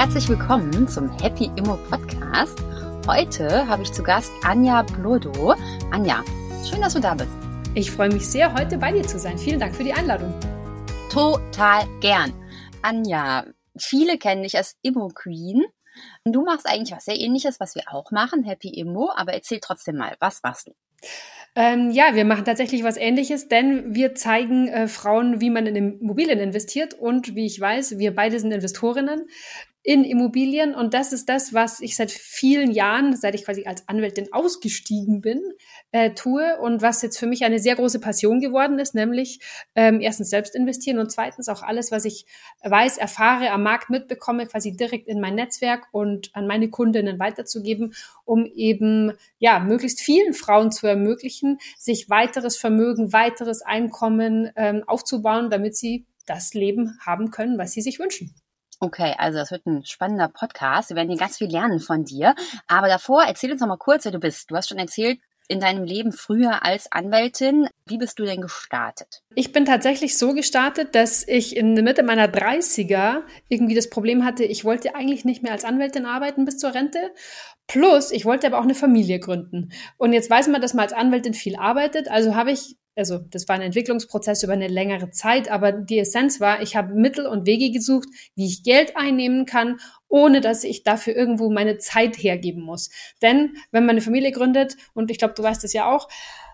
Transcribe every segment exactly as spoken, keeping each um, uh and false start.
Herzlich willkommen zum Happy Immo Podcast. Heute habe ich zu Gast Anja Blodo. Anja, schön, dass du da bist. Ich freue mich sehr, heute bei dir zu sein. Vielen Dank für die Einladung. Total gern. Anja, viele kennen dich als Immo Queen. Du machst eigentlich was sehr Ähnliches, was wir auch machen, Happy Immo, aber erzähl trotzdem mal, was machst du? Ähm, ja, wir machen tatsächlich was Ähnliches, denn wir zeigen äh, Frauen, wie man in Immobilien investiert und wie ich weiß, wir beide sind Investorinnen in Immobilien und das ist das, was ich seit vielen Jahren, seit ich quasi als Anwältin ausgestiegen bin, äh, tue und was jetzt für mich eine sehr große Passion geworden ist, nämlich ähm, erstens selbst investieren und zweitens auch alles, was ich weiß, erfahre, am Markt mitbekomme, quasi direkt in mein Netzwerk und an meine Kundinnen weiterzugeben, um eben ja möglichst vielen Frauen zu ermöglichen, sich weiteres Vermögen, weiteres Einkommen ähm, aufzubauen, damit sie das Leben haben können, was sie sich wünschen. Okay, also das wird ein spannender Podcast. Wir werden hier ganz viel lernen von dir. Aber davor, erzähl uns noch mal kurz, wer du bist. Du hast schon erzählt, in deinem Leben früher als Anwältin. Wie bist du denn gestartet? Ich bin tatsächlich so gestartet, dass ich in der Mitte meiner dreißiger irgendwie das Problem hatte, ich wollte eigentlich nicht mehr als Anwältin arbeiten bis zur Rente. Plus, ich wollte aber auch eine Familie gründen. Und jetzt weiß man, dass man als Anwältin viel arbeitet. Also habe ich, also das war ein Entwicklungsprozess über eine längere Zeit, aber die Essenz war, ich habe Mittel und Wege gesucht, wie ich Geld einnehmen kann, ohne dass ich dafür irgendwo meine Zeit hergeben muss. Denn wenn man eine Familie gründet, und ich glaube, du weißt es ja auch,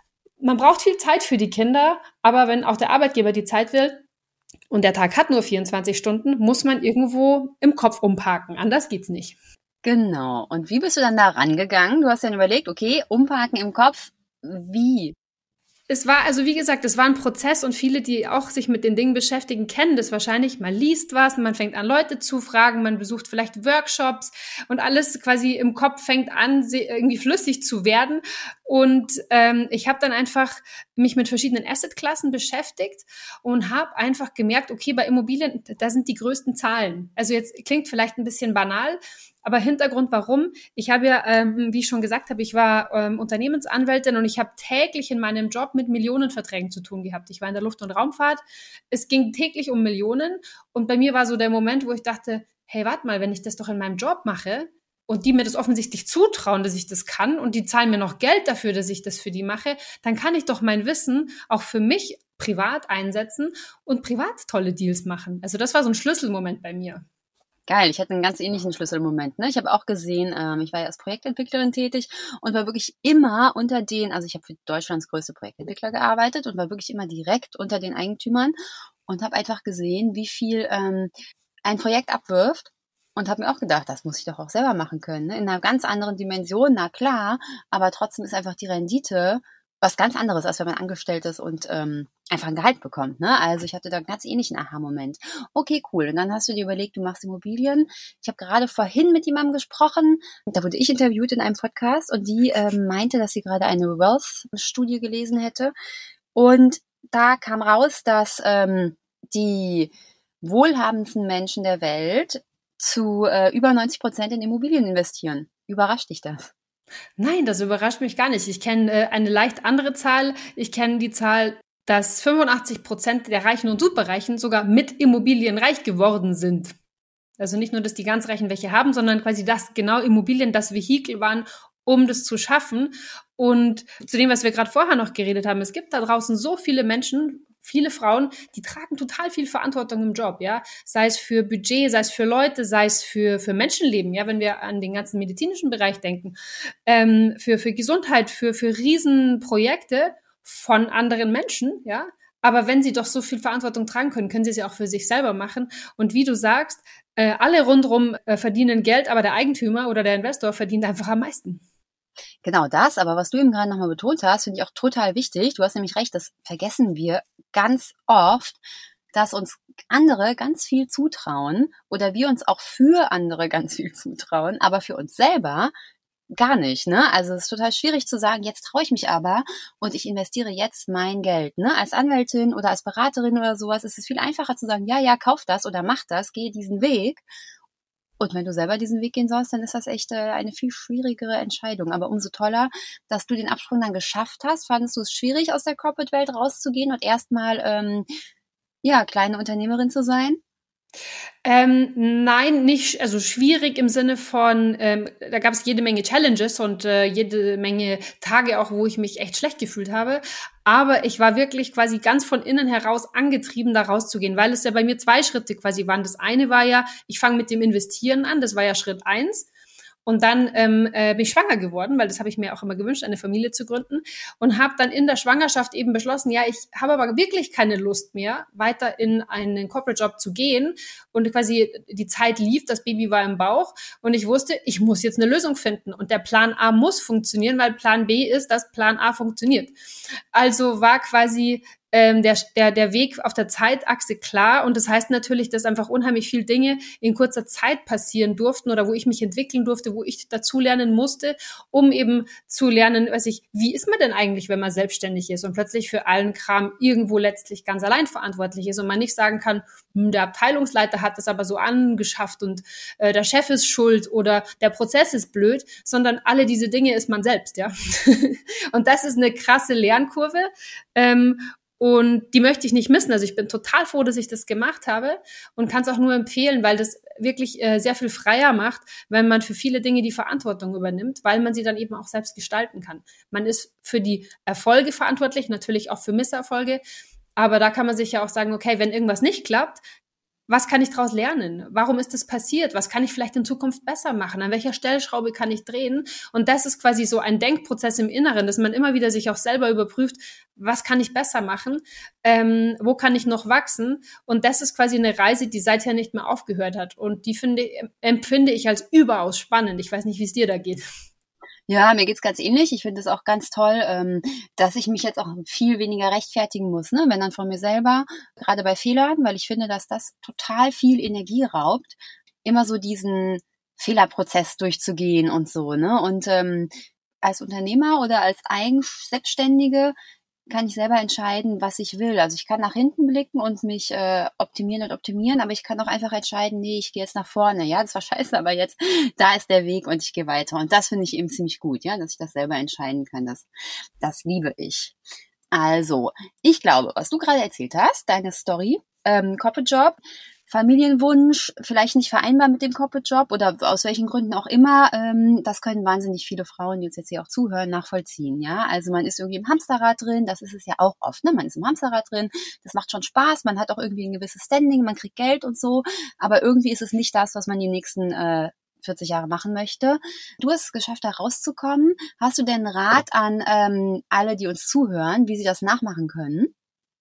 man braucht viel Zeit für die Kinder, aber wenn auch der Arbeitgeber die Zeit will und der Tag hat nur vierundzwanzig Stunden, muss man irgendwo im Kopf umparken. Anders geht's nicht. Genau. Und wie bist du dann da rangegangen? Du hast dann überlegt, okay, umparken im Kopf, wie? Es war, also wie gesagt, es war ein Prozess und viele, die auch sich mit den Dingen beschäftigen, kennen das wahrscheinlich. Man liest was, man fängt an, Leute zu fragen, man besucht vielleicht Workshops und alles quasi im Kopf fängt an, irgendwie flüssig zu werden. Und ähm, ich habe dann einfach mich mit verschiedenen Assetklassen beschäftigt und habe einfach gemerkt, okay, bei Immobilien, da sind die größten Zahlen. Also jetzt klingt vielleicht ein bisschen banal, aber Hintergrund, warum? Ich habe ja, ähm, wie ich schon gesagt habe, ich war ähm, Unternehmensanwältin und ich habe täglich in meinem Job mit Millionenverträgen zu tun gehabt. Ich war in der Luft- und Raumfahrt. Es ging täglich um Millionen und bei mir war so der Moment, wo ich dachte, hey, warte mal, wenn ich das doch in meinem Job mache und die mir das offensichtlich zutrauen, dass ich das kann und die zahlen mir noch Geld dafür, dass ich das für die mache, dann kann ich doch mein Wissen auch für mich privat einsetzen und privat tolle Deals machen. Also das war so ein Schlüsselmoment bei mir. Geil, ich hatte einen ganz ähnlichen Schlüsselmoment. Ne? Ich habe auch gesehen, ähm, ich war ja als Projektentwicklerin tätig und war wirklich immer unter den, also ich habe für Deutschlands größte Projektentwickler gearbeitet und war wirklich immer direkt unter den Eigentümern und habe einfach gesehen, wie viel ähm, ein Projekt abwirft und habe mir auch gedacht, das muss ich doch auch selber machen können. Ne? In einer ganz anderen Dimension, na klar, aber trotzdem ist einfach die Rendite was ganz anderes, als wenn man angestellt ist und ähm, einfach ein Gehalt bekommt. Ne? Also ich hatte da einen ganz ähnlichen Aha-Moment. Okay, cool. Und dann hast du dir überlegt, du machst Immobilien. Ich habe gerade vorhin mit jemandem gesprochen. Da wurde ich interviewt in einem Podcast und die ähm, meinte, dass sie gerade eine Wealth-Studie gelesen hätte. Und da kam raus, dass ähm, die wohlhabendsten Menschen der Welt zu äh, über neunzig Prozent in Immobilien investieren. Überrascht dich das? Nein, das überrascht mich gar nicht. Ich kenne äh, eine leicht andere Zahl. Ich kenne die Zahl, dass fünfundachtzig Prozent der Reichen und Superreichen sogar mit Immobilien reich geworden sind. Also nicht nur, dass die ganz Reichen welche haben, sondern quasi, dass genau Immobilien das Vehikel waren, um das zu schaffen. Und zu dem, was wir gerade vorher noch geredet haben, es gibt da draußen so viele Menschen, viele Frauen, die tragen total viel Verantwortung im Job, ja, sei es für Budget, sei es für Leute, sei es für für Menschenleben, ja, wenn wir an den ganzen medizinischen Bereich denken, ähm, für für Gesundheit, für für Riesenprojekte von anderen Menschen, ja. Aber wenn sie doch so viel Verantwortung tragen können, können sie es ja auch für sich selber machen. Und wie du sagst, äh, alle rundherum äh, verdienen Geld, aber der Eigentümer oder der Investor verdient einfach am meisten. Genau das, aber was du eben gerade nochmal betont hast, finde ich auch total wichtig. Du hast nämlich recht, das vergessen wir ganz oft, dass uns andere ganz viel zutrauen oder wir uns auch für andere ganz viel zutrauen, aber für uns selber gar nicht, ne? Also es ist total schwierig zu sagen, jetzt traue ich mich aber und ich investiere jetzt mein Geld, ne? Als Anwältin oder als Beraterin oder sowas ist es viel einfacher zu sagen, ja, ja, kauf das oder mach das, geh diesen Weg. Und wenn du selber diesen Weg gehen sollst, dann ist das echt äh, eine viel schwierigere Entscheidung. Aber umso toller, dass du den Absprung dann geschafft hast. Fandest du es schwierig, aus der Corporate-Welt rauszugehen und erstmal ähm, ja, kleine Unternehmerin zu sein? Ähm, nein, nicht, also schwierig im Sinne von, ähm, da gab es jede Menge Challenges und äh, jede Menge Tage auch, wo ich mich echt schlecht gefühlt habe. Aber ich war wirklich quasi ganz von innen heraus angetrieben, da rauszugehen, weil es ja bei mir zwei Schritte quasi waren. Das eine war ja, ich fange mit dem Investieren an, das war ja Schritt eins. Und dann ähm, äh, bin ich schwanger geworden, weil das habe ich mir auch immer gewünscht, eine Familie zu gründen. Und habe dann in der Schwangerschaft eben beschlossen, ja, ich habe aber wirklich keine Lust mehr, weiter in einen Corporate-Job zu gehen. Und quasi die Zeit lief, das Baby war im Bauch. Und ich wusste, ich muss jetzt eine Lösung finden. Und der Plan A muss funktionieren, weil Plan B ist, dass Plan A funktioniert. Also war quasi Ähm, der, der, der Weg auf der Zeitachse klar. Und das heißt natürlich, dass einfach unheimlich viele Dinge in kurzer Zeit passieren durften oder wo ich mich entwickeln durfte, wo ich dazulernen musste, um eben zu lernen, weiß ich, wie ist man denn eigentlich, wenn man selbstständig ist und plötzlich für allen Kram irgendwo letztlich ganz allein verantwortlich ist und man nicht sagen kann, hm, der Abteilungsleiter hat das aber so angeschafft und äh, der Chef ist schuld oder der Prozess ist blöd, sondern alle diese Dinge ist man selbst, ja. Und das ist eine krasse Lernkurve. Ähm, Und die möchte ich nicht missen. Also ich bin total froh, dass ich das gemacht habe und kann es auch nur empfehlen, weil das wirklich äh, sehr viel freier macht, wenn man für viele Dinge die Verantwortung übernimmt, weil man sie dann eben auch selbst gestalten kann. Man ist für die Erfolge verantwortlich, natürlich auch für Misserfolge, aber da kann man sich ja auch sagen, okay, wenn irgendwas nicht klappt, was kann ich daraus lernen? Warum ist das passiert? Was kann ich vielleicht in Zukunft besser machen? An welcher Stellschraube kann ich drehen? Und das ist quasi so ein Denkprozess im Inneren, dass man immer wieder sich auch selber überprüft, was kann ich besser machen? Ähm, wo kann ich noch wachsen? Und das ist quasi eine Reise, die seither nicht mehr aufgehört hat. Und die finde, empfinde ich als überaus spannend. Ich weiß nicht, wie es dir da geht. Ja, mir geht's ganz ähnlich. Ich finde es auch ganz toll, ähm, dass ich mich jetzt auch viel weniger rechtfertigen muss, ne? Wenn dann von mir selber, gerade bei Fehlern, weil ich finde, dass das total viel Energie raubt, immer so diesen Fehlerprozess durchzugehen und so, ne? Und ähm, als Unternehmer oder als Eigenselbstständige kann ich selber entscheiden, was ich will. Also ich kann nach hinten blicken und mich äh, optimieren und optimieren, aber ich kann auch einfach entscheiden, nee, ich gehe jetzt nach vorne. Ja, das war scheiße, aber jetzt, da ist der Weg und ich gehe weiter. Und das finde ich eben ziemlich gut, ja, dass ich das selber entscheiden kann. Das, das liebe ich. Also, ich glaube, was du gerade erzählt hast, deine Story, ähm, Corporate Job, Familienwunsch, vielleicht nicht vereinbar mit dem Corporate-Job oder aus welchen Gründen auch immer, ähm, das können wahnsinnig viele Frauen, die uns jetzt hier auch zuhören, nachvollziehen, ja. Also man ist irgendwie im Hamsterrad drin, das ist es ja auch oft, ne. Man ist im Hamsterrad drin, das macht schon Spaß, man hat auch irgendwie ein gewisses Standing, man kriegt Geld und so, aber irgendwie ist es nicht das, was man die nächsten äh, vierzig Jahre machen möchte. Du hast es geschafft, da rauszukommen. Hast du denn einen Rat an ähm, alle, die uns zuhören, wie sie das nachmachen können?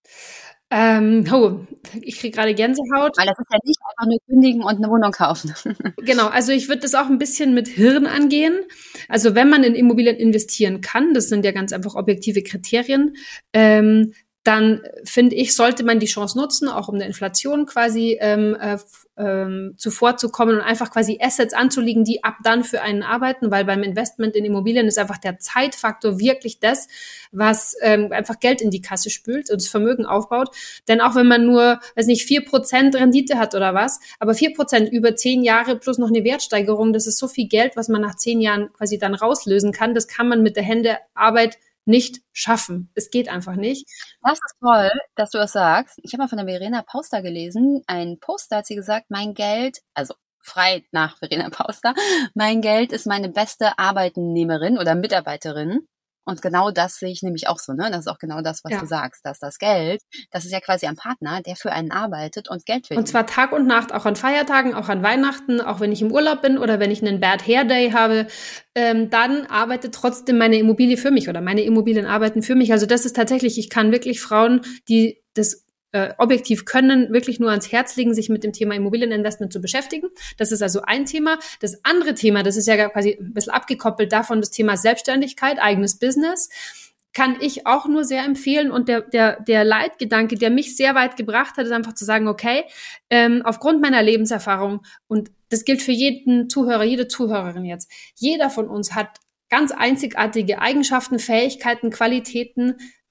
Ähm, oh, ich kriege gerade Gänsehaut. Weil das ist ja nicht einfach nur kündigen und eine Wohnung kaufen. Genau, also ich würde das auch ein bisschen mit Hirn angehen. Also wenn man in Immobilien investieren kann, das sind ja ganz einfach objektive Kriterien, ähm, dann finde ich, sollte man die Chance nutzen, auch um der Inflation quasi ähm, äh, ähm, zuvorzukommen und einfach quasi Assets anzulegen, die ab dann für einen arbeiten, weil beim Investment in Immobilien ist einfach der Zeitfaktor wirklich das, was ähm, einfach Geld in die Kasse spült und das Vermögen aufbaut. Denn auch wenn man nur, weiß nicht, vier Prozent Rendite hat oder was, aber vier Prozent über zehn Jahre plus noch eine Wertsteigerung, das ist so viel Geld, was man nach zehn Jahren quasi dann rauslösen kann. Das kann man mit der Händearbeit nicht schaffen. Es geht einfach nicht. Das ist toll, dass du das sagst. Ich habe mal von der Verena Pauster gelesen, ein Poster hat sie gesagt, mein Geld, also frei nach Verena Pauster, mein Geld ist meine beste Arbeitnehmerin oder Mitarbeiterin. Und genau das sehe ich nämlich auch so, ne? Das ist auch genau das, was ja. du sagst, dass das Geld, das ist ja quasi ein Partner, der für einen arbeitet und Geld verdient. Und zwar Tag und Nacht, auch an Feiertagen, auch an Weihnachten, auch wenn ich im Urlaub bin oder wenn ich einen Bad Hair Day habe, ähm, dann arbeitet trotzdem meine Immobilie für mich oder meine Immobilien arbeiten für mich. Also das ist tatsächlich, ich kann wirklich Frauen, die das Äh, objektiv können, wirklich nur ans Herz legen, sich mit dem Thema Immobilieninvestment zu beschäftigen. Das ist also ein Thema. Das andere Thema, das ist ja quasi ein bisschen abgekoppelt davon, das Thema Selbstständigkeit, eigenes Business, kann ich auch nur sehr empfehlen. Und der, der, der Leitgedanke, der mich sehr weit gebracht hat, ist einfach zu sagen, okay, ähm, aufgrund meiner Lebenserfahrung, und das gilt für jeden Zuhörer, jede Zuhörerin jetzt, jeder von uns hat ganz einzigartige Eigenschaften, Fähigkeiten, Qualitäten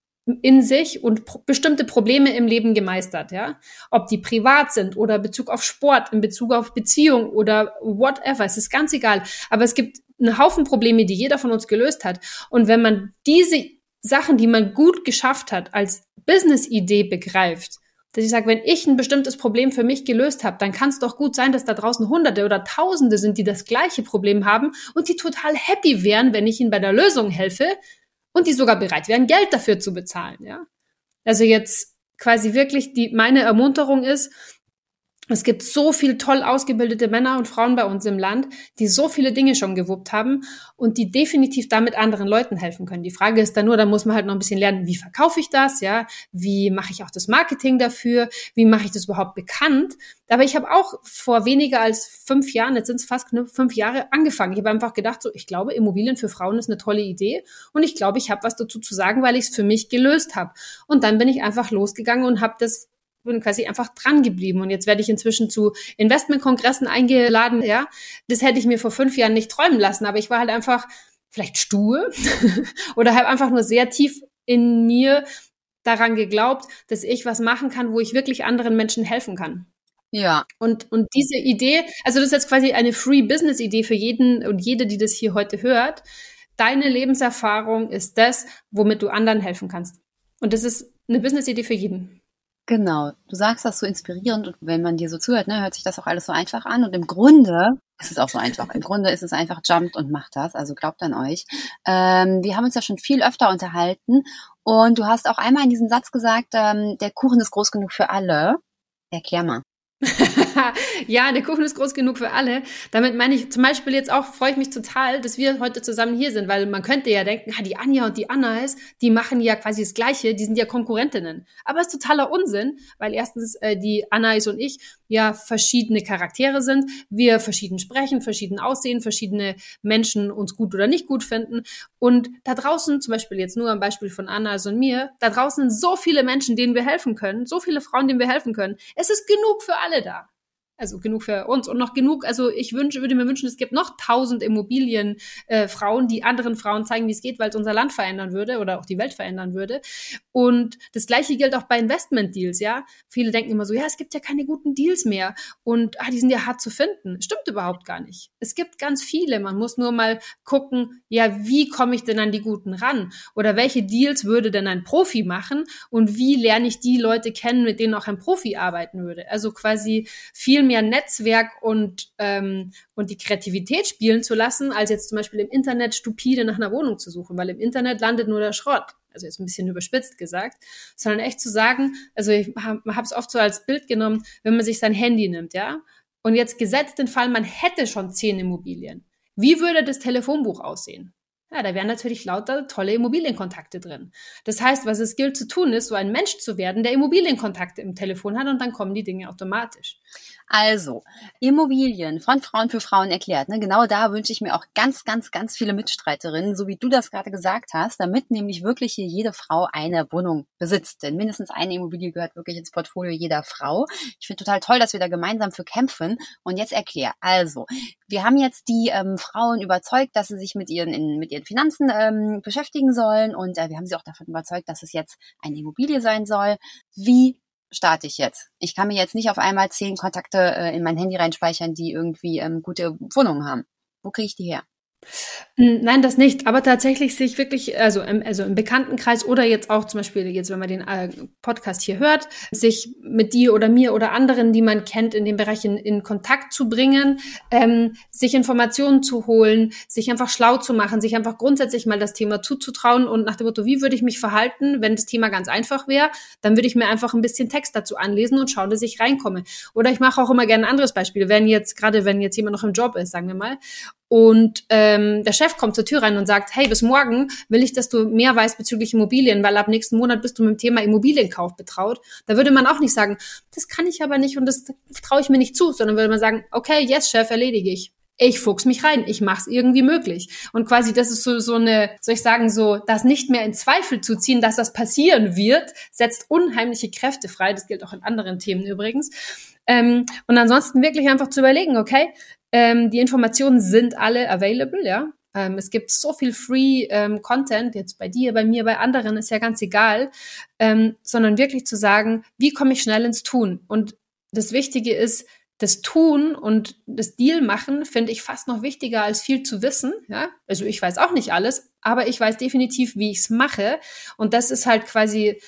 in sich und pro- bestimmte Probleme im Leben gemeistert, ja. Ob die privat sind oder in Bezug auf Sport, in Bezug auf Beziehung oder whatever, es ist ganz egal. Aber es gibt einen Haufen Probleme, die jeder von uns gelöst hat. Und wenn man diese Sachen, die man gut geschafft hat, als Business-Idee begreift, dass ich sage, wenn ich ein bestimmtes Problem für mich gelöst habe, dann kann es doch gut sein, dass da draußen Hunderte oder Tausende sind, die das gleiche Problem haben und die total happy wären, wenn ich ihnen bei der Lösung helfe und die sogar bereit wären, Geld dafür zu bezahlen. Ja? Also jetzt quasi wirklich die meine Ermunterung ist, es gibt so viel toll ausgebildete Männer und Frauen bei uns im Land, die so viele Dinge schon gewuppt haben und die definitiv damit anderen Leuten helfen können. Die Frage ist dann nur, da muss man halt noch ein bisschen lernen, wie verkaufe ich das, ja? Wie mache ich auch das Marketing dafür? Wie mache ich das überhaupt bekannt? Aber ich habe auch vor weniger als fünf Jahren, jetzt sind es fast knapp fünf Jahre, angefangen. Ich habe einfach gedacht, so, ich glaube, Immobilien für Frauen ist eine tolle Idee und ich glaube, ich habe was dazu zu sagen, weil ich es für mich gelöst habe. Und dann bin ich einfach losgegangen und habe das bin quasi einfach dran geblieben. Und jetzt werde ich inzwischen zu Investmentkongressen eingeladen, ja. Das hätte ich mir vor fünf Jahren nicht träumen lassen, aber ich war halt einfach vielleicht stur oder habe einfach nur sehr tief in mir daran geglaubt, dass ich was machen kann, wo ich wirklich anderen Menschen helfen kann. Ja. Und, und diese Idee, also das ist jetzt quasi eine Free-Business-Idee für jeden und jede, die das hier heute hört. Deine Lebenserfahrung ist das, womit du anderen helfen kannst. Und das ist eine Business-Idee für jeden. Genau, du sagst das so inspirierend und wenn man dir so zuhört, ne, hört sich das auch alles so einfach an und im Grunde ist es auch so einfach. Im Grunde ist es einfach jumpt und macht das, also glaubt an euch. Ähm, wir haben uns ja schon viel öfter unterhalten und du hast auch einmal in diesem Satz gesagt, ähm, der Kuchen ist groß genug für alle. Erklär mal. Ja, der Kuchen ist groß genug für alle. Damit meine ich zum Beispiel jetzt auch, freue ich mich total, dass wir heute zusammen hier sind, weil man könnte ja denken, ah, die Anja und die Anna ist, die machen ja quasi das Gleiche, die sind ja Konkurrentinnen. Aber es ist totaler Unsinn, weil erstens äh, die Anais und ich ja verschiedene Charaktere sind, wir verschieden sprechen, verschieden aussehen, verschiedene Menschen uns gut oder nicht gut finden. Und da draußen, zum Beispiel jetzt nur am Beispiel von Anais und mir, da draußen sind so viele Menschen, denen wir helfen können, so viele Frauen, denen wir helfen können. Es ist genug für alle da. Also genug für uns und noch genug, also ich wünsche, würde mir wünschen, es gibt noch tausend Immobilien, äh, Frauen, die anderen Frauen zeigen, wie es geht, weil es unser Land verändern würde oder auch die Welt verändern würde. Und das Gleiche gilt auch bei Investment-Deals, ja. Viele denken immer so, ja, es gibt ja keine guten Deals mehr und ah, die sind ja hart zu finden. Stimmt überhaupt gar nicht. Es gibt ganz viele, man muss nur mal gucken, ja, wie komme ich denn an die Guten ran? Oder welche Deals würde denn ein Profi machen und wie lerne ich die Leute kennen, mit denen auch ein Profi arbeiten würde? Also quasi viel mehr Netzwerk und ähm, und die Kreativität spielen zu lassen, als jetzt zum Beispiel im Internet stupide nach einer Wohnung zu suchen, weil im Internet landet nur der Schrott. Also jetzt ein bisschen überspitzt gesagt, sondern echt zu sagen, also ich habe es oft so als Bild genommen, wenn man sich sein Handy nimmt, ja, und jetzt gesetzt den Fall, man hätte schon zehn Immobilien. Wie würde das Telefonbuch aussehen? Ja, da wären natürlich lauter tolle Immobilienkontakte drin. Das heißt, was es gilt zu tun, ist, so ein Mensch zu werden, der Immobilienkontakte im Telefon hat und dann kommen die Dinge automatisch. Also, Immobilien von Frauen für Frauen erklärt. Ne? Genau da wünsche ich mir auch ganz, ganz, ganz viele Mitstreiterinnen, so wie du das gerade gesagt hast, damit nämlich wirklich hier jede Frau eine Wohnung besitzt. Denn mindestens eine Immobilie gehört wirklich ins Portfolio jeder Frau. Ich finde total toll, dass wir da gemeinsam für kämpfen. Und jetzt erklär. Also, wir haben jetzt die ähm, Frauen überzeugt, dass sie sich mit ihren, in, mit ihren Finanzen ähm, beschäftigen sollen. Und äh, wir haben sie auch davon überzeugt, dass es jetzt eine Immobilie sein soll. Wie starte ich jetzt? Ich kann mir jetzt nicht auf einmal zehn Kontakte äh, in mein Handy reinspeichern, die irgendwie ähm, gute Wohnungen haben. Wo kriege ich die her? Nein, das nicht. Aber tatsächlich sich wirklich, also im, also im Bekanntenkreis oder jetzt auch zum Beispiel jetzt, wenn man den äh, Podcast hier hört, sich mit dir oder mir oder anderen, die man kennt, in dem Bereich in, in Kontakt zu bringen, ähm, sich Informationen zu holen, sich einfach schlau zu machen, sich einfach grundsätzlich mal das Thema zuzutrauen und nach dem Motto, wie würde ich mich verhalten, wenn das Thema ganz einfach wäre, dann würde ich mir einfach ein bisschen Text dazu anlesen und schauen, dass ich reinkomme. Oder ich mache auch immer gerne ein anderes Beispiel, wenn jetzt, gerade wenn jetzt jemand noch im Job ist, sagen wir mal, und ähm, der Chef kommt zur Tür rein und sagt, hey, bis morgen will ich, dass du mehr weißt bezüglich Immobilien, weil ab nächsten Monat bist du mit dem Thema Immobilienkauf betraut. Da würde man auch nicht sagen, das kann ich aber nicht und das traue ich mir nicht zu, sondern würde man sagen, okay, yes, Chef, erledige ich. Ich fuchs mich rein, ich mach's irgendwie möglich. Und quasi das ist so so eine, soll ich sagen, so das nicht mehr in Zweifel zu ziehen, dass das passieren wird, setzt unheimliche Kräfte frei. Das gilt auch in anderen Themen übrigens. Ähm, und ansonsten wirklich einfach zu überlegen, okay, ähm, die Informationen sind alle available, ja. Ähm, es gibt so viel Free ähm, Content, jetzt bei dir, bei mir, bei anderen, ist ja ganz egal, ähm, sondern wirklich zu sagen, wie komme ich schnell ins Tun? Und das Wichtige ist, das Tun und das Deal machen finde ich fast noch wichtiger als viel zu wissen, ja. Also ich weiß auch nicht alles, aber ich weiß definitiv, wie ich es mache. Und das ist halt quasi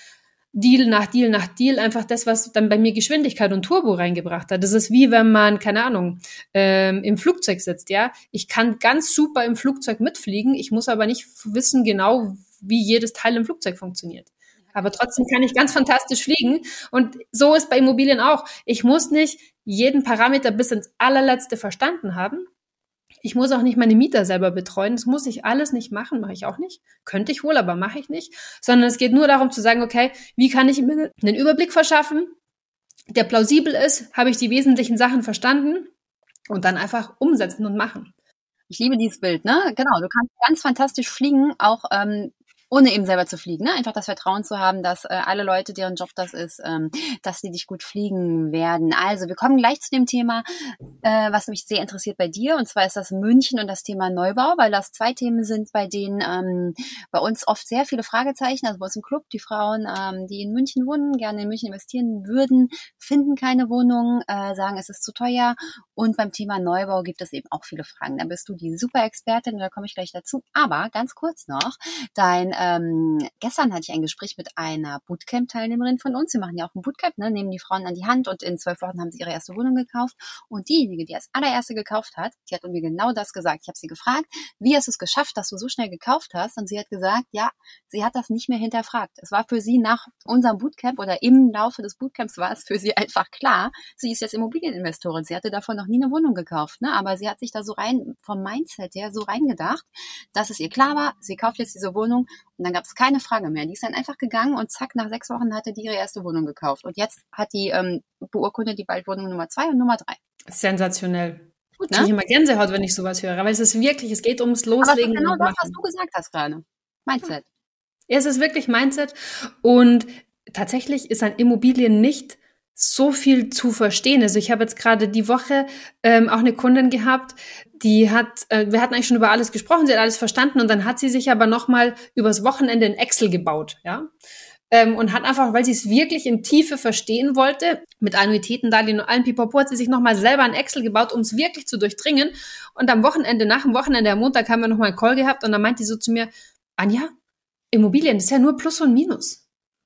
Deal nach Deal nach Deal einfach das, was dann bei mir Geschwindigkeit und Turbo reingebracht hat. Das ist wie wenn man, keine Ahnung, ähm, im Flugzeug sitzt, ja. Ich kann ganz super im Flugzeug mitfliegen, ich muss aber nicht wissen genau, wie jedes Teil im Flugzeug funktioniert. Aber trotzdem kann ich ganz fantastisch fliegen. Und so ist bei Immobilien auch. Ich muss nicht jeden Parameter bis ins allerletzte verstanden haben. Ich muss auch nicht meine Mieter selber betreuen. Das muss ich alles nicht machen, mache ich auch nicht. Könnte ich wohl, aber mache ich nicht. Sondern es geht nur darum zu sagen, okay, wie kann ich mir einen Überblick verschaffen, der plausibel ist, habe ich die wesentlichen Sachen verstanden und dann einfach umsetzen und machen. Ich liebe dieses Bild, ne? Genau, du kannst ganz fantastisch fliegen, auch ähm, ohne eben selber zu fliegen, ne? Einfach das Vertrauen zu haben, dass äh, alle Leute, deren Job das ist, ähm, dass sie dich gut fliegen werden. Also, wir kommen gleich zu dem Thema, äh, was mich sehr interessiert bei dir, und zwar ist das München und das Thema Neubau, weil das zwei Themen sind, bei denen ähm, bei uns oft sehr viele Fragezeichen, also bei uns im Club, die Frauen, ähm, die in München wohnen, gerne in München investieren würden, finden keine Wohnung, äh, sagen, es ist zu teuer, und beim Thema Neubau gibt es eben auch viele Fragen. Da bist du die super Expertin und da komme ich gleich dazu. Aber ganz kurz noch, dein Ähm, gestern hatte ich ein Gespräch mit einer Bootcamp-Teilnehmerin von uns. Wir machen ja auch ein Bootcamp, ne, nehmen die Frauen an die Hand, und in zwölf Wochen haben sie ihre erste Wohnung gekauft. Und diejenige, die als allererste gekauft hat, die hat mir genau das gesagt. Ich habe sie gefragt, wie hast du es geschafft, dass du so schnell gekauft hast? Und sie hat gesagt, ja, sie hat das nicht mehr hinterfragt. Es war für sie nach unserem Bootcamp oder im Laufe des Bootcamps war es für sie einfach klar, sie ist jetzt Immobilieninvestorin. Sie hatte davon noch nie eine Wohnung gekauft, ne? Aber sie hat sich da so rein, vom Mindset her, so reingedacht, dass es ihr klar war, sie kauft jetzt diese Wohnung. Und dann gab es keine Frage mehr. Die ist dann einfach gegangen und zack, nach sechs Wochen hatte die ihre erste Wohnung gekauft. Und jetzt hat die ähm, beurkundet die bald Wohnung Nummer zwei und Nummer drei. Sensationell. Gut, ne? Ich immer Gänsehaut, wenn ich sowas höre. Aber es ist wirklich, es geht ums Loslegen. Aber es ist genau und das, machen. was du gesagt hast gerade. Mindset. Ja, es ist wirklich Mindset. Und tatsächlich ist an Immobilien nicht so viel zu verstehen. Also ich habe jetzt gerade die Woche ähm, auch eine Kundin gehabt, die hat, äh, wir hatten eigentlich schon über alles gesprochen, sie hat alles verstanden, und dann hat sie sich aber nochmal übers Wochenende in Excel gebaut, ja, ähm, und hat einfach, weil sie es wirklich in Tiefe verstehen wollte, mit Annuitätendarlehen und allem Pipapo, hat sie sich nochmal selber ein Excel gebaut, um es wirklich zu durchdringen. Und am Wochenende, nach dem Wochenende, am Montag, haben wir nochmal einen Call gehabt, und dann meint die so zu mir, Anja, Immobilien, das ist ja nur Plus und Minus.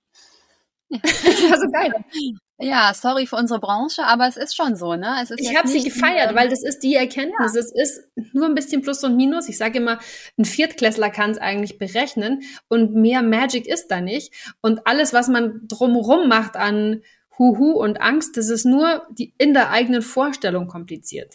Das war so geil. Ja, sorry für unsere Branche, aber es ist schon so, ne? Es ist ich habe sie gefeiert, die, weil das ist die Erkenntnis. Ja. Es ist nur ein bisschen Plus und Minus. Ich sage immer, ein Viertklässler kann es eigentlich berechnen, und mehr Magic ist da nicht. Und alles, was man drumherum macht an Huhu und Angst, das ist nur die in der eigenen Vorstellung kompliziert.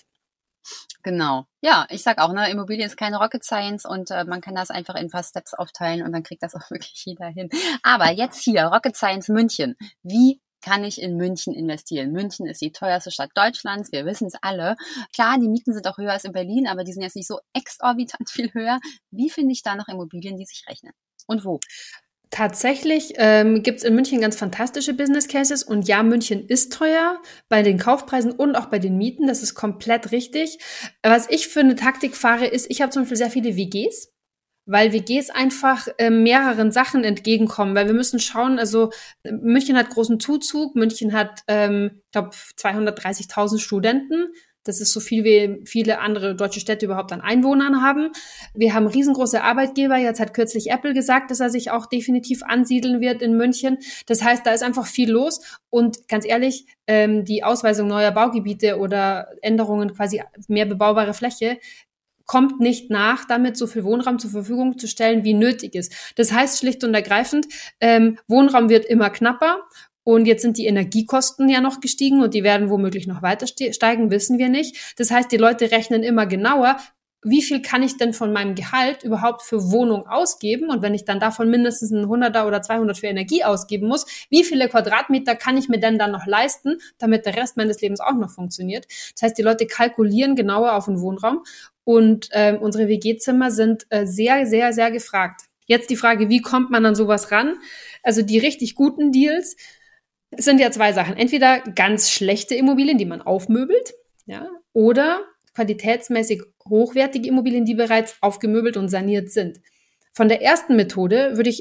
Genau. Ja, ich sag auch, ne, Immobilien ist keine Rocket Science, und äh, man kann das einfach in ein paar Steps aufteilen, und dann kriegt das auch wirklich jeder hin. Aber jetzt hier, Rocket Science München. Wie kann ich in München investieren? München ist die teuerste Stadt Deutschlands, wir wissen es alle. Klar, die Mieten sind auch höher als in Berlin, aber die sind jetzt nicht so exorbitant viel höher. Wie finde ich da noch Immobilien, die sich rechnen? Und wo? Tatsächlich ähm, gibt es in München ganz fantastische Business Cases, und ja, München ist teuer bei den Kaufpreisen und auch bei den Mieten, das ist komplett richtig. Was ich für eine Taktik fahre, ist, ich habe zum Beispiel sehr viele W Gs, weil W Gs einfach äh, mehreren Sachen entgegenkommen, weil wir müssen schauen, also München hat großen Zuzug, München hat, ähm, ich glaube, zweihundertdreißigtausend Studenten. Das ist so viel, wie viele andere deutsche Städte überhaupt an Einwohnern haben. Wir haben riesengroße Arbeitgeber. Jetzt hat kürzlich Apple gesagt, dass er sich auch definitiv ansiedeln wird in München. Das heißt, da ist einfach viel los. Und ganz ehrlich, ähm, die Ausweisung neuer Baugebiete oder Änderungen, quasi mehr bebaubare Fläche, kommt nicht nach, damit so viel Wohnraum zur Verfügung zu stellen, wie nötig ist. Das heißt schlicht und ergreifend, ähm, Wohnraum wird immer knapper. Und jetzt sind die Energiekosten ja noch gestiegen, und die werden womöglich noch weiter steigen, wissen wir nicht. Das heißt, die Leute rechnen immer genauer, wie viel kann ich denn von meinem Gehalt überhaupt für Wohnung ausgeben? Und wenn ich dann davon mindestens ein Hunderter oder zweihundert für Energie ausgeben muss, wie viele Quadratmeter kann ich mir denn dann noch leisten, damit der Rest meines Lebens auch noch funktioniert? Das heißt, die Leute kalkulieren genauer auf den Wohnraum, und äh, unsere W G-Zimmer sind äh, sehr, sehr, sehr gefragt. Jetzt die Frage, wie kommt man an sowas ran? Also die richtig guten Deals, es sind ja zwei Sachen. Entweder ganz schlechte Immobilien, die man aufmöbelt, ja, oder qualitätsmäßig hochwertige Immobilien, die bereits aufgemöbelt und saniert sind. Von der ersten Methode würde ich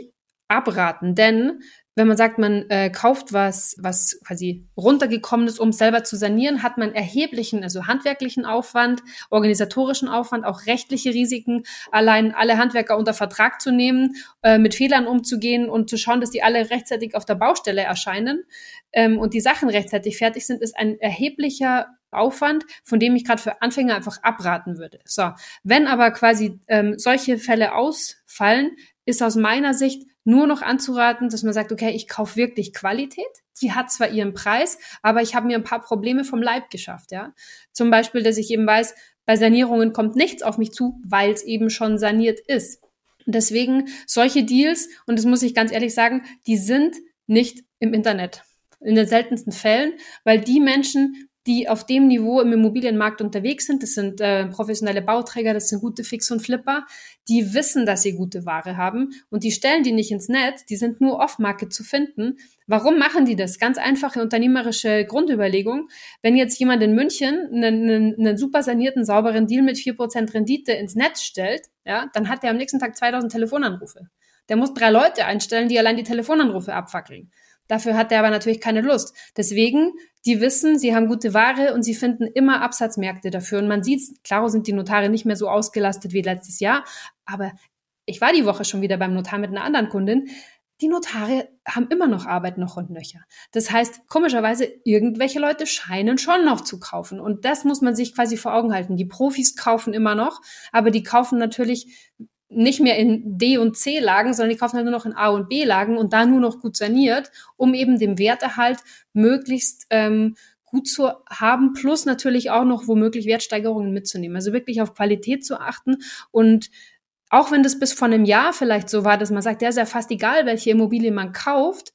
abraten, denn wenn man sagt, man äh, kauft was, was quasi runtergekommen ist, um es selber zu sanieren, hat man erheblichen, also handwerklichen Aufwand, organisatorischen Aufwand, auch rechtliche Risiken, allein alle Handwerker unter Vertrag zu nehmen, äh, mit Fehlern umzugehen und zu schauen, dass die alle rechtzeitig auf der Baustelle erscheinen ähm, und die Sachen rechtzeitig fertig sind, ist ein erheblicher Aufwand, von dem ich gerade für Anfänger einfach abraten würde. So, wenn aber quasi ähm, solche Fälle ausfallen, ist aus meiner Sicht nur noch anzuraten, dass man sagt, okay, ich kaufe wirklich Qualität. Die hat zwar ihren Preis, aber ich habe mir ein paar Probleme vom Leib geschafft. Ja, zum Beispiel, dass ich eben weiß, bei Sanierungen kommt nichts auf mich zu, weil es eben schon saniert ist. Und deswegen solche Deals, und das muss ich ganz ehrlich sagen, die sind nicht im Internet. In den seltensten Fällen, weil die Menschen, die auf dem Niveau im Immobilienmarkt unterwegs sind, das sind äh, professionelle Bauträger, das sind gute Fix und Flipper, die wissen, dass sie gute Ware haben und die stellen die nicht ins Netz, die sind nur off-market zu finden. Warum machen die das? Ganz einfache unternehmerische Grundüberlegung. Wenn jetzt jemand in München einen, einen, einen super sanierten, sauberen Deal mit vier Prozent Rendite ins Netz stellt, ja, dann hat er am nächsten Tag zweitausend Telefonanrufe. Der muss drei Leute einstellen, die allein die Telefonanrufe abfackeln. Dafür hat er aber natürlich keine Lust. Deswegen, die wissen, sie haben gute Ware und sie finden immer Absatzmärkte dafür. Und man sieht, klar sind die Notare nicht mehr so ausgelastet wie letztes Jahr, aber ich war die Woche schon wieder beim Notar mit einer anderen Kundin. Die Notare haben immer noch Arbeit noch und nöcher. Das heißt, komischerweise, irgendwelche Leute scheinen schon noch zu kaufen. Und das muss man sich quasi vor Augen halten. Die Profis kaufen immer noch, aber die kaufen natürlich nicht mehr in D- und C-Lagen, sondern die kaufen halt nur noch in A- und B-Lagen und da nur noch gut saniert, um eben den Werterhalt möglichst ähm, gut zu haben, plus natürlich auch noch womöglich Wertsteigerungen mitzunehmen. Also wirklich auf Qualität zu achten und auch wenn das bis vor einem Jahr vielleicht so war, dass man sagt, ja, ist ja fast egal, welche Immobilie man kauft.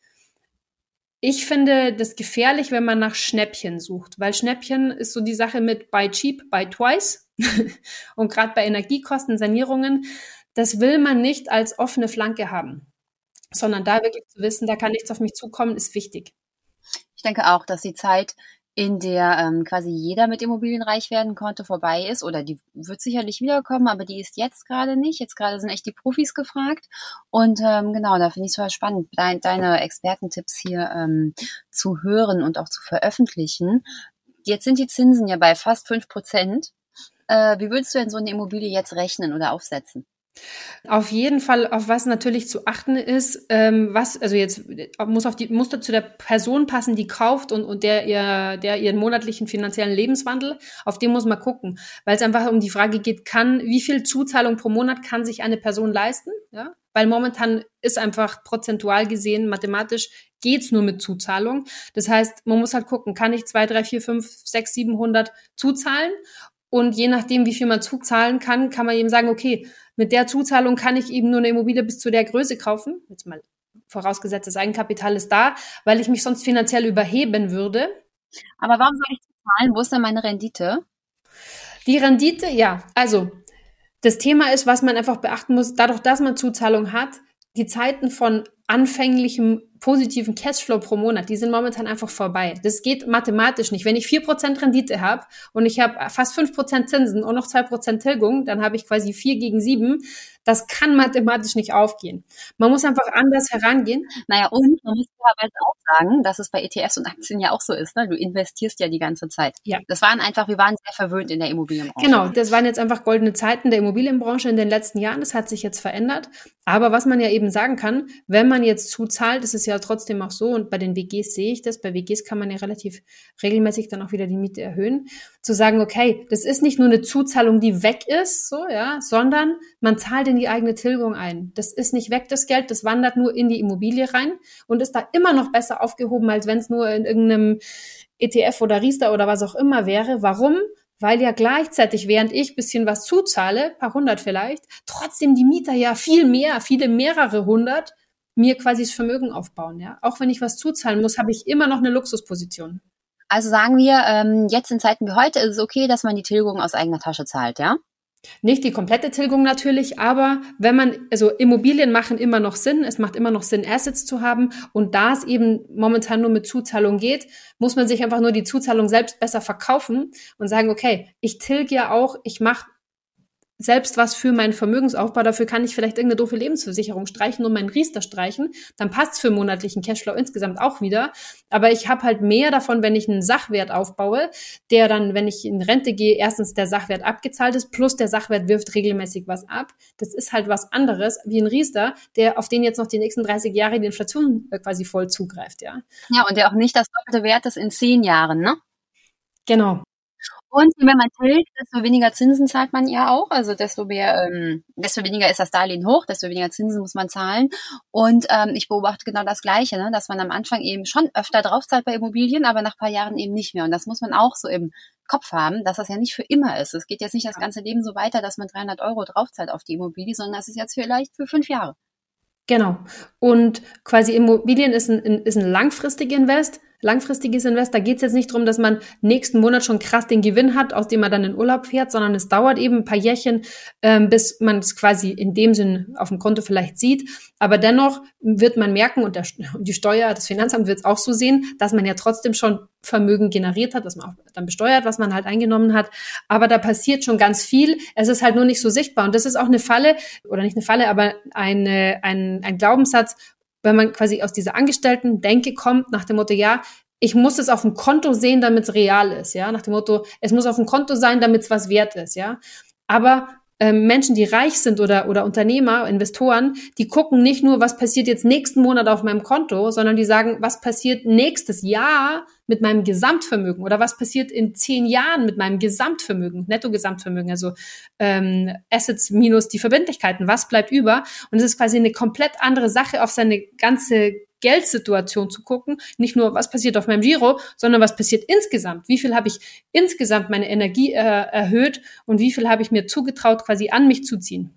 Ich finde das gefährlich, wenn man nach Schnäppchen sucht, weil Schnäppchen ist so die Sache mit buy cheap, buy twice und gerade bei Energiekosten, Sanierungen, das will man nicht als offene Flanke haben, sondern da wirklich zu wissen, da kann nichts auf mich zukommen, ist wichtig. Ich denke auch, dass die Zeit, in der ähm, quasi jeder mit Immobilien reich werden konnte, vorbei ist, oder die wird sicherlich wiederkommen, aber die ist jetzt gerade nicht. Jetzt gerade sind echt die Profis gefragt und ähm, genau, da finde ich es total spannend, dein, deine Expertentipps hier ähm, zu hören und auch zu veröffentlichen. Jetzt sind die Zinsen ja bei fast fünf Prozent. Äh, wie würdest du denn so eine Immobilie jetzt rechnen oder aufsetzen? Auf jeden Fall, auf was natürlich zu achten ist, ähm, was, also jetzt muss auf die, muss da zu der Person passen, die kauft und, und der ihr, der ihren monatlichen finanziellen Lebenswandel, auf den muss man gucken, weil es einfach um die Frage geht, kann, wie viel Zuzahlung pro Monat kann sich eine Person leisten, ja? Weil momentan ist einfach prozentual gesehen, mathematisch geht's nur mit Zuzahlung. Das heißt, man muss halt gucken, kann ich zwei, drei, vier, fünf, sechs, siebenhundert zuzahlen? Und je nachdem, wie viel man zuzahlen kann, kann man eben sagen, okay, mit der Zuzahlung kann ich eben nur eine Immobilie bis zu der Größe kaufen. Jetzt mal vorausgesetzt, das Eigenkapital ist da, weil ich mich sonst finanziell überheben würde. Aber warum soll ich zahlen? Wo ist denn meine Rendite? Die Rendite, ja, also das Thema ist, was man einfach beachten muss, dadurch, dass man Zuzahlung hat, die Zeiten von anfänglichem positiven Cashflow pro Monat, die sind momentan einfach vorbei. Das geht mathematisch nicht. Wenn ich vier Prozent Rendite habe und ich habe fast fünf Prozent Zinsen und noch zwei Prozent Tilgung, dann habe ich quasi vier gegen sieben. Das kann mathematisch nicht aufgehen. Man muss einfach anders herangehen. Naja, und man muss fairerweise auch sagen, dass es bei E T Fs und Aktien ja auch so ist. Ne? Du investierst ja die ganze Zeit. Ja. Das waren einfach, wir waren sehr verwöhnt in der Immobilienbranche. Genau, das waren jetzt einfach goldene Zeiten der Immobilienbranche in den letzten Jahren. Das hat sich jetzt verändert. Aber was man ja eben sagen kann, wenn man jetzt zuzahlt, ist es ja trotzdem auch so, und bei den W Gs sehe ich das, bei W Gs kann man ja relativ regelmäßig dann auch wieder die Miete erhöhen, zu sagen, okay, das ist nicht nur eine Zuzahlung, die weg ist, so, ja, sondern man zahlt in die eigene Tilgung ein. Das ist nicht weg, das Geld, das wandert nur in die Immobilie rein und ist da immer noch besser aufgehoben, als wenn es nur in irgendeinem E T F oder Riester oder was auch immer wäre. Warum? Weil ja gleichzeitig, während ich bisschen was zuzahle, paar hundert vielleicht, trotzdem die Mieter ja viel mehr, viele mehrere hundert, mir quasi das Vermögen aufbauen. Ja, auch wenn ich was zuzahlen muss, habe ich immer noch eine Luxusposition. Also sagen wir, ähm, jetzt in Zeiten wie heute ist es okay, dass man die Tilgung aus eigener Tasche zahlt, ja? Nicht die komplette Tilgung natürlich, aber wenn man, also Immobilien machen immer noch Sinn, es macht immer noch Sinn, Assets zu haben, und da es eben momentan nur mit Zuzahlung geht, muss man sich einfach nur die Zuzahlung selbst besser verkaufen und sagen, okay, ich tilge ja auch, ich mache selbst was für meinen Vermögensaufbau. Dafür kann ich vielleicht irgendeine doofe Lebensversicherung streichen und meinen Riester streichen. Dann passt es für monatlichen Cashflow insgesamt auch wieder. Aber ich habe halt mehr davon, wenn ich einen Sachwert aufbaue, der dann, wenn ich in Rente gehe, erstens der Sachwert abgezahlt ist, plus der Sachwert wirft regelmäßig was ab. Das ist halt was anderes wie ein Riester, der auf den jetzt noch die nächsten dreißig Jahre die Inflation quasi voll zugreift, ja. Ja, und der auch nicht das doppelte Wert ist in zehn Jahren, ne? Genau. Und wenn man tilgt, desto weniger Zinsen zahlt man ja auch. Also desto mehr, ähm, desto weniger ist das Darlehen hoch, desto weniger Zinsen muss man zahlen. Und ähm, ich beobachte genau das Gleiche, ne? Dass man am Anfang eben schon öfter draufzahlt bei Immobilien, aber nach ein paar Jahren eben nicht mehr. Und das muss man auch so im Kopf haben, dass das ja nicht für immer ist. Es geht jetzt nicht das ganze Leben so weiter, dass man dreihundert Euro draufzahlt auf die Immobilie, sondern das ist jetzt vielleicht für fünf Jahre. Genau. Und quasi Immobilien ist ein, ist ein langfristiger Invest. Langfristiges Invest, da geht es jetzt nicht darum, dass man nächsten Monat schon krass den Gewinn hat, aus dem man dann in Urlaub fährt, sondern es dauert eben ein paar Jährchen, ähm, bis man es quasi in dem Sinn auf dem Konto vielleicht sieht. Aber dennoch wird man merken, und der, die Steuer, das Finanzamt wird es auch so sehen, dass man ja trotzdem schon Vermögen generiert hat, was man auch dann besteuert, was man halt eingenommen hat. Aber da passiert schon ganz viel. Es ist halt nur nicht so sichtbar. Und das ist auch eine Falle, oder nicht eine Falle, aber eine, ein, ein Glaubenssatz, wenn man quasi aus dieser Angestellten-Denke kommt, nach dem Motto, ja, ich muss es auf dem Konto sehen, damit es real ist, ja, nach dem Motto, es muss auf dem Konto sein, damit es was wert ist, ja. Aber ähm, Menschen, die reich sind oder oder Unternehmer, Investoren, die gucken nicht nur, was passiert jetzt nächsten Monat auf meinem Konto, sondern die sagen, was passiert nächstes Jahr mit meinem Gesamtvermögen oder was passiert in zehn Jahren mit meinem Gesamtvermögen, Netto-Gesamtvermögen, also ähm, Assets minus die Verbindlichkeiten, was bleibt über? Und es ist quasi eine komplett andere Sache, auf seine ganze Geldsituation zu gucken, nicht nur, was passiert auf meinem Giro, sondern was passiert insgesamt. Wie viel habe ich insgesamt meine Energie äh, erhöht und wie viel habe ich mir zugetraut, quasi an mich zu ziehen?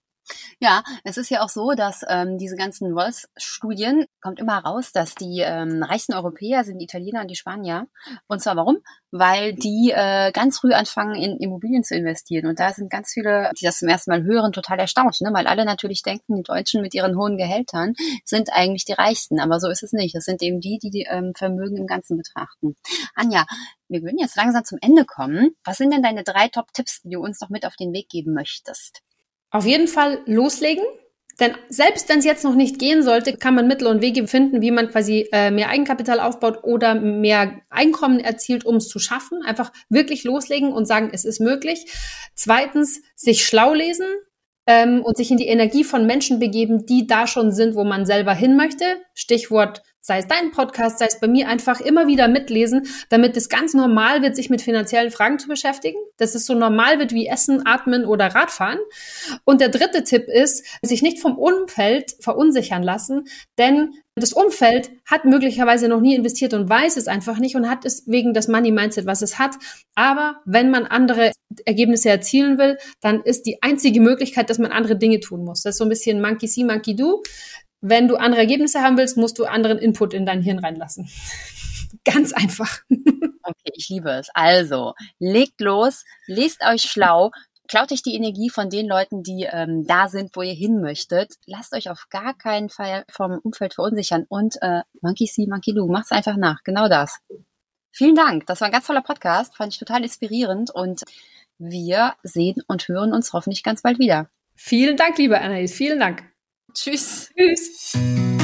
Ja, es ist ja auch so, dass ähm, diese ganzen Wolfs-Studien, kommt immer raus, dass die ähm, reichsten Europäer sind die Italiener und die Spanier. Und zwar warum? Weil die äh, ganz früh anfangen, in Immobilien zu investieren. Und da sind ganz viele, die das zum ersten Mal hören, total erstaunt, ne? Weil alle natürlich denken, die Deutschen mit ihren hohen Gehältern sind eigentlich die Reichsten. Aber so ist es nicht. Es sind eben die, die die ähm, Vermögen im Ganzen betrachten. Anja, wir würden jetzt langsam zum Ende kommen. Was sind denn deine drei Top-Tipps, die du uns noch mit auf den Weg geben möchtest? Auf jeden Fall loslegen, denn selbst wenn es jetzt noch nicht gehen sollte, kann man Mittel und Wege finden, wie man quasi äh, mehr Eigenkapital aufbaut oder mehr Einkommen erzielt, um es zu schaffen. Einfach wirklich loslegen und sagen, es ist möglich. Zweitens, sich schlau lesen ähm, und sich in die Energie von Menschen begeben, die da schon sind, wo man selber hin möchte. Stichwort, sei es dein Podcast, sei es bei mir, einfach immer wieder mitlesen, damit es ganz normal wird, sich mit finanziellen Fragen zu beschäftigen. Dass es so normal wird wie Essen, Atmen oder Radfahren. Und der dritte Tipp ist, sich nicht vom Umfeld verunsichern lassen, denn das Umfeld hat möglicherweise noch nie investiert und weiß es einfach nicht und hat es wegen des Money-Mindset, was es hat. Aber wenn man andere Ergebnisse erzielen will, dann ist die einzige Möglichkeit, dass man andere Dinge tun muss. Das ist so ein bisschen Monkey see, Monkey do. Wenn du andere Ergebnisse haben willst, musst du anderen Input in dein Hirn reinlassen. Ganz einfach. Okay, ich liebe es. Also, legt los, lest euch schlau, klaut euch die Energie von den Leuten, die ähm, da sind, wo ihr hin möchtet. Lasst euch auf gar keinen Fall vom Umfeld verunsichern und äh, Monkey see, Monkey do. Macht's einfach nach. Genau das. Vielen Dank. Das war ein ganz toller Podcast. Fand ich total inspirierend und wir sehen und hören uns hoffentlich ganz bald wieder. Vielen Dank, liebe Anais. Vielen Dank. Tschüss. Tschüss.